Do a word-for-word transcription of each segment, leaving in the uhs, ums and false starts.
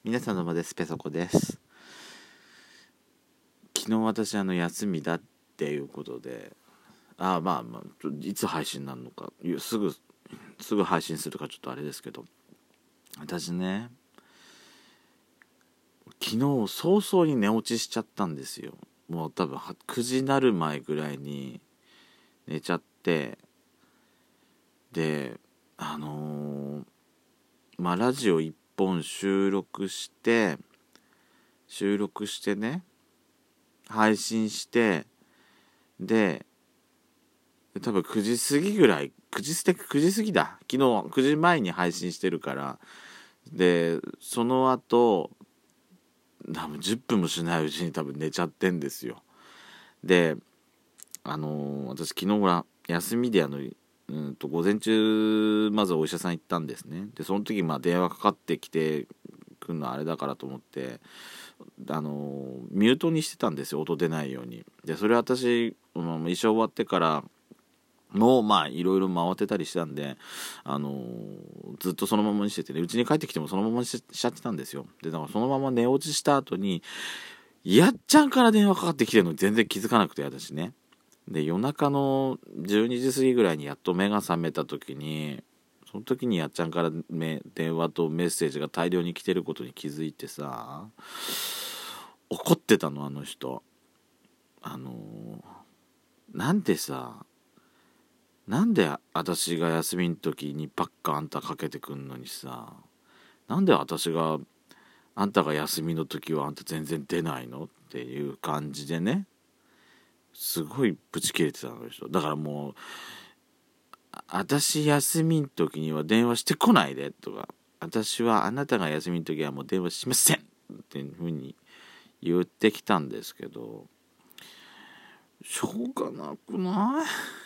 皆さんの場です。ペソコです。昨日私あの休みだっていうことで、あまあまあいつ配信になるのか、すぐすぐ配信するかちょっとあれですけど、私ね昨日早々に寝落ちしちゃったんですよ。もう多分くじになる前ぐらいに寝ちゃって、であのー、まあラジオいっぽん収録して収録してね配信して、で多分くじ過ぎぐらいくじ過ぎくじ過ぎだ昨日くじまえに配信してるから、でその後多分じゅっぷんもしないうちに多分寝ちゃってんですよ。であのー、私昨日ほら休みであのうんと午前中まずお医者さん行ったんですね。でその時まあ電話かかってきてくるのあれだからと思ってあのミュートにしてたんですよ、音出ないように。でそれ私、まあ、衣装終わってからもうまあいろいろ回ってたりしたんで、あのー、ずっとそのままにしててね、うちに帰ってきてもそのままにしちゃってたんですよ。でだからそのまま寝落ちした後にやっちゃんから電話かかってきてるのに全然気づかなくて、私ね。で夜中のじゅうにじ過ぎぐらいにやっと目が覚めた時に、その時にやっちゃんから電話とメッセージが大量に来てることに気づいてさ、怒ってたのあの人。あのー、なんでさなんで私が休みの時にばっかあんたかけてくんのにさ、なんで私があんたが休みの時はあんた全然出ないのっていう感じでね、すごいブチ切れてたの人だから、もう私休みの時には電話してこないでとか、私はあなたが休みの時はもう電話しませんっていう風に言ってきたんですけど、しょうがなくない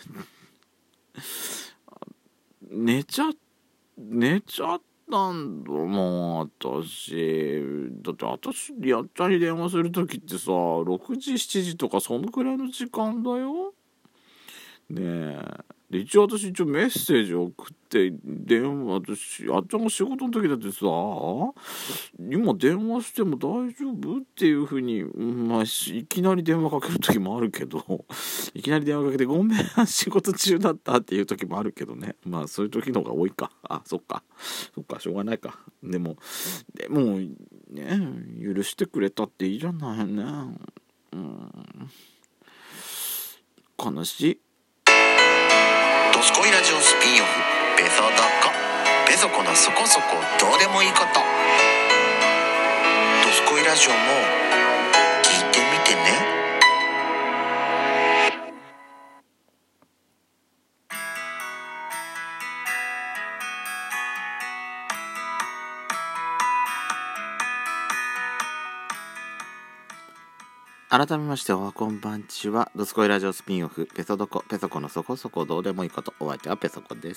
寝ちゃ寝ちゃったんだもん私。だって私やっちゃんに電話する時ってさろくじしちじとかそのくらいの時間だよねえ。で一応私一応メッセージ送って電話、私あっちゃんが仕事の時だってさ今電話しても大丈夫っていう風に、まあいきなり電話かける時もあるけどいきなり電話かけてごめん仕事中だったっていう時もあるけどね。まあそういう時の方が多いか。あそっかそっかしょうがないか。でもでもね許してくれたっていいじゃないね。うん悲しい。 ドスコイラジオスピンオフペソドコペソコのそこそこどうでもいいこと。ドスコイラジオも聞いてみてね。 改めましておはこんばんちは。ドスコイラジオスピンオフペソドコペソコのそこそこどうでもいいこと。お相手はペソコです。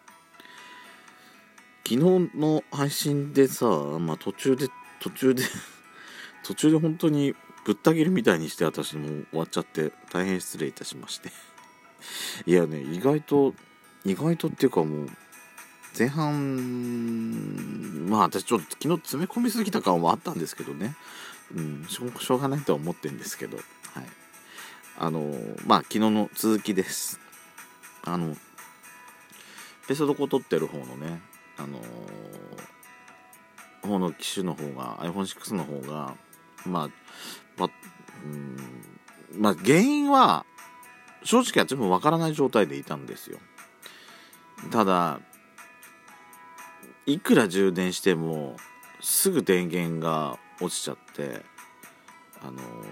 昨日の配信でさ、まあ、途中で途中で途中で本当にぶった切るみたいにして私も終わっちゃって大変失礼いたしましていやね意外と意外とっていうかもう前半まあ私ちょっと昨日詰め込みすぎた感はあったんですけどね、うん、しょう、しょうがないとは思ってるんですけど、はい、あのまあ昨日の続きです。あのペソドコ撮ってる方のね、あのー、方の機種の方が アイフォンシックス の方がまあまうんまあ原因は正直は全部わからない状態でいたんですよ。ただいくら充電してもすぐ電源が落ちちゃって、あの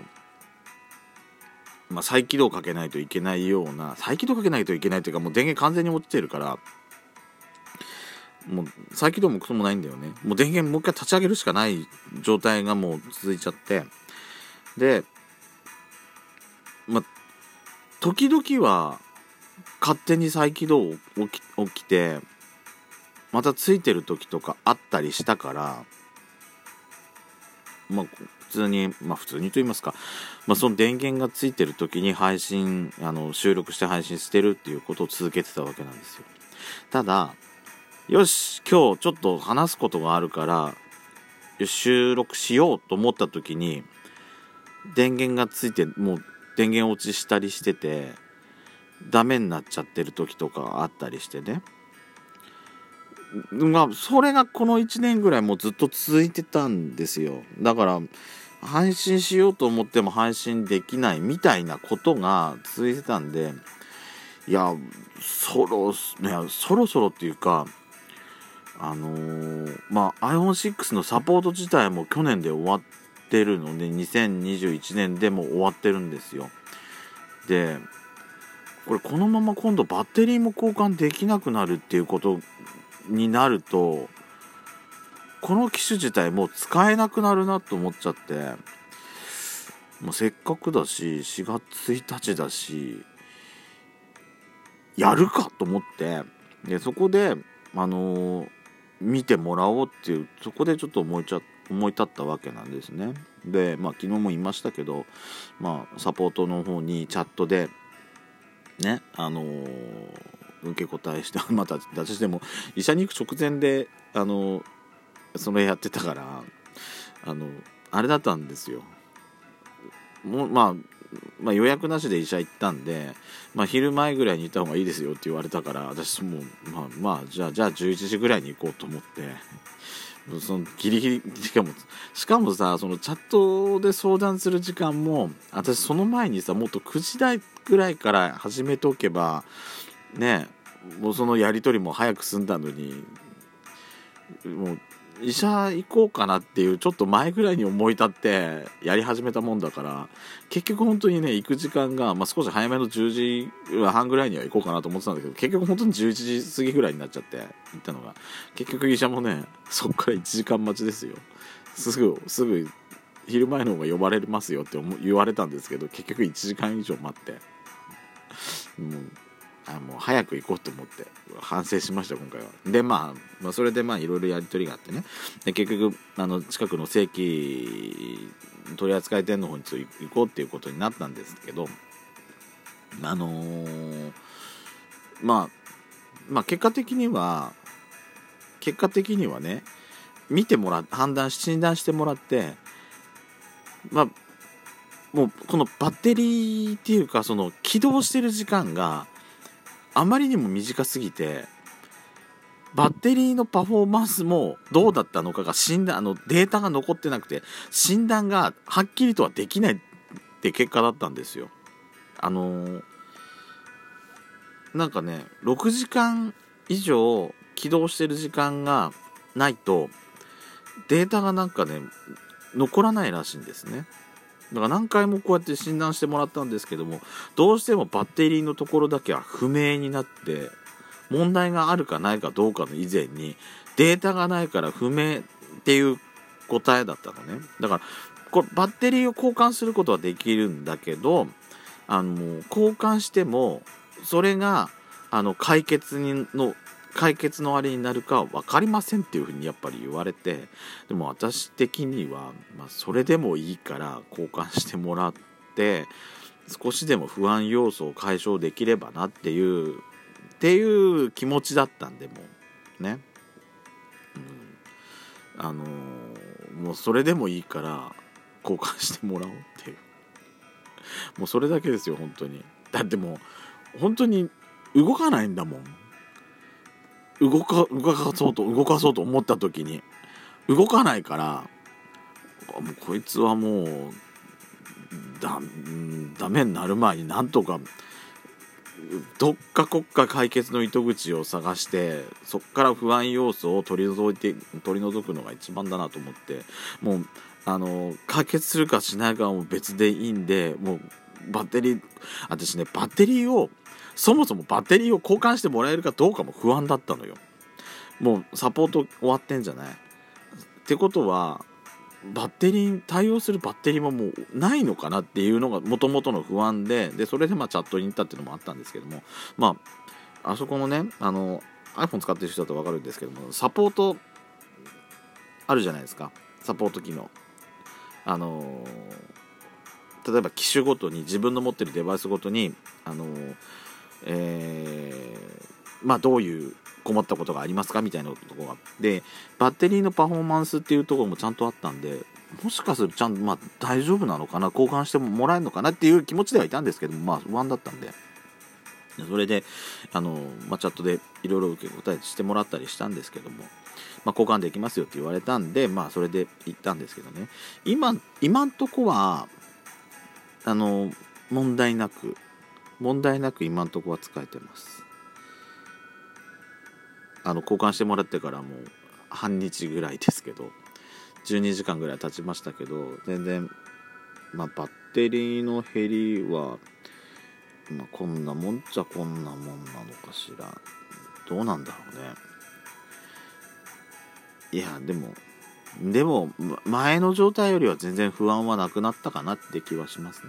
まあ再起動かけないといけないような再起動かけないといけないというかもう電源完全に落ちてるからもう再起動もクソもないんだよね。もう電源もう一回立ち上げるしかない状態がもう続いちゃって、でまあ時々は勝手に再起動起き、起きてまたついてる時とかあったりしたから、まあ普通にまあ普通にと言いますか、まあその電源がついてる時に配信あの収録して配信してるっていうことを続けてたわけなんですよ。ただよし今日ちょっと話すことがあるから収録しようと思った時に電源がついてもう電源落ちしたりしててダメになっちゃってる時とかあったりしてね、まあそれがこのいちねんぐらいもうずっと続いてたんですよ。だから配信しようと思っても配信できないみたいなことが続いてたんで、いやそろねそろそろっていうかあのー、まあ アイフォンシックス のサポート自体も去年で終わってるのでにせんにじゅういちねんでも終わってるんですよ。でこれこのまま今度バッテリーも交換できなくなるっていうことになるとこの機種自体もう使えなくなるなと思っちゃって、もうせっかくだししがつついたちだしやるかと思って、でそこであのー、見てもらおうっていうそこでちょっと思いちゃ思い立ったわけなんですね。でまあ昨日も言いましたけど、まあサポートの方にチャットでねあのー、受け答えしてまた私でも医者に行く直前であのー、それやってたからあのあれだったんですよ。もう、まあ、まあ予約なしで医者行ったんで、まあ、昼前ぐらいに行った方がいいですよって言われたから、私もうまあまあじゃあじゃあじゅういちじぐらいに行こうと思ってそのギリギリしかもしかもさそのチャットで相談する時間も私その前にさもっとくじ台ぐらいから始めておけばねもうそのやり取りも早く済んだのに、もう医者行こうかなっていうちょっと前ぐらいに思い立ってやり始めたもんだから、結局本当にね行く時間が、まあ、少し早めのじゅうじはんぐらいには行こうかなと思ってたんだけど、結局本当にじゅういちじ過ぎぐらいになっちゃって行ったのが、結局医者もねそっからいちじかん待ちですよ。すぐすぐ昼前の方が呼ばれますよって言われたんですけど、結局いちじかん以上待ってもうあもう早く行こうと思って反省しました今回は。で、まあ、まあそれでまあいろいろやり取りがあってね、で結局あの近くの正規取扱店の方に行こうっていうことになったんですけど、あのー、まあまあ結果的には結果的にはね見てもらって判断し診断してもらって、まあもうこのバッテリーっていうかその起動してる時間があまりにも短すぎてバッテリーのパフォーマンスもどうだったのかが診断あのデータが残ってなくて診断がはっきりとはできないって結果だったんですよ。あのー、なんかねろくじかん以上起動してる時間がないとデータがなんかね残らないらしいんですね。だから何回もこうやって診断してもらったんですけども、どうしてもバッテリーのところだけは不明になって問題があるかないかどうかの以前にデータがないから不明っていう答えだったのね。だからこれバッテリーを交換することはできるんだけど、あの交換してもそれがあの解決にの解決のあれになるかは分かりませんっていうふうにやっぱり言われて、でも私的には、まあ、それでもいいから交換してもらって少しでも不安要素を解消できればなっていうっていう気持ちだったんでもうね、うん、あのー、もうそれでもいいから交換してもらおうっていうもうそれだけですよ本当に。だってもう本当に動かないんだもん。動か、動かそうと動かそうと思った時に動かないから、もうこいつはもうだダメになる前になんとかどっかこっか解決の糸口を探してそっから不安要素を取り除いて取り除くのが一番だなと思って、もうあの解決するかしないかはもう別でいいんで、もうバッテリー私ねバッテリーをそもそもバッテリーを交換してもらえるかどうかも不安だったのよ。もうサポート終わってんじゃないってことはバッテリー対応するバッテリーももうないのかなっていうのが元々の不安で、でそれでまあチャットに行ったっていうのもあったんですけども、まああそこのねあの iPhone 使ってる人だと分かるんですけども、サポートあるじゃないですか。サポート機能あの例えば機種ごとに自分の持ってるデバイスごとにあのえまあどういう困ったことがありますかみたいなところがで、バッテリーのパフォーマンスっていうところもちゃんとあったんで、もしかするとちゃんとまあ大丈夫なのかな、交換してもらえるのかなっていう気持ちではいたんですけども、まあ不安だったんで、それであの、まあ、チャットでいろいろ受け答えしてもらったりしたんですけども、まあ、交換できますよって言われたんで、まあそれで行ったんですけどね、今今んとこはあの問題なく問題なく今んとこは使えてます。あの交換してもらってからもう半日ぐらいですけど、じゅうにじかんぐらい経ちましたけど、全然、まあ、バッテリーの減りは、まあ、こんなもんっちゃこんなもんなのかしら。どうなんだろうね。いやでもでも前の状態よりは全然不安はなくなったかなって気はしますね、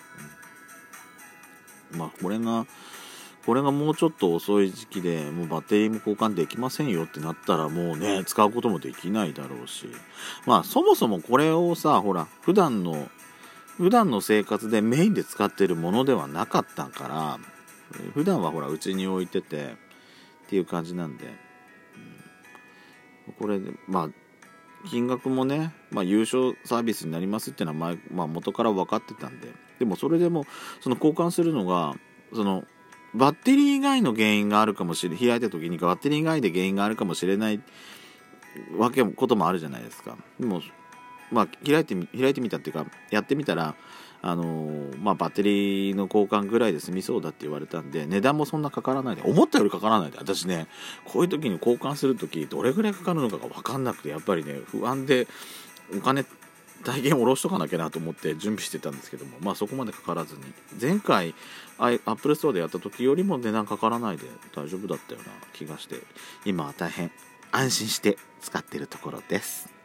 うん、まあこれがこれがもうちょっと遅い時期でもうバッテリーも交換できませんよってなったらもうね使うこともできないだろうし、まあそもそもこれをさ、ほら普段の普段の生活でメインで使ってるものではなかったから、普段はほらうちに置いててっていう感じなんで、うん、これでまあ金額もね、まあ、優勝サービスになりますっていうのは前、まあ、元から分かってたんで、でもそれでもその交換するのがそのバッテリー以外の原因があるかもしれ開いた時にバッテリー以外で原因があるかもしれないわけこともあるじゃないですか。でもまあ開いてみ開いてみたっていうかやってみたら、あのー、まあバッテリーの交換ぐらいで済みそうだって言われたんで、値段もそんなかからないで、思ったよりかからないで、私ねこういう時に交換する時どれぐらいかかるのかが分かんなくて、やっぱりね不安でお金大金下ろしとかなきゃなと思って準備してたんですけども、まあそこまでかからずに、前回アップルストアでやった時よりも値段かからないで大丈夫だったような気がして、今は大変安心して使っているところです。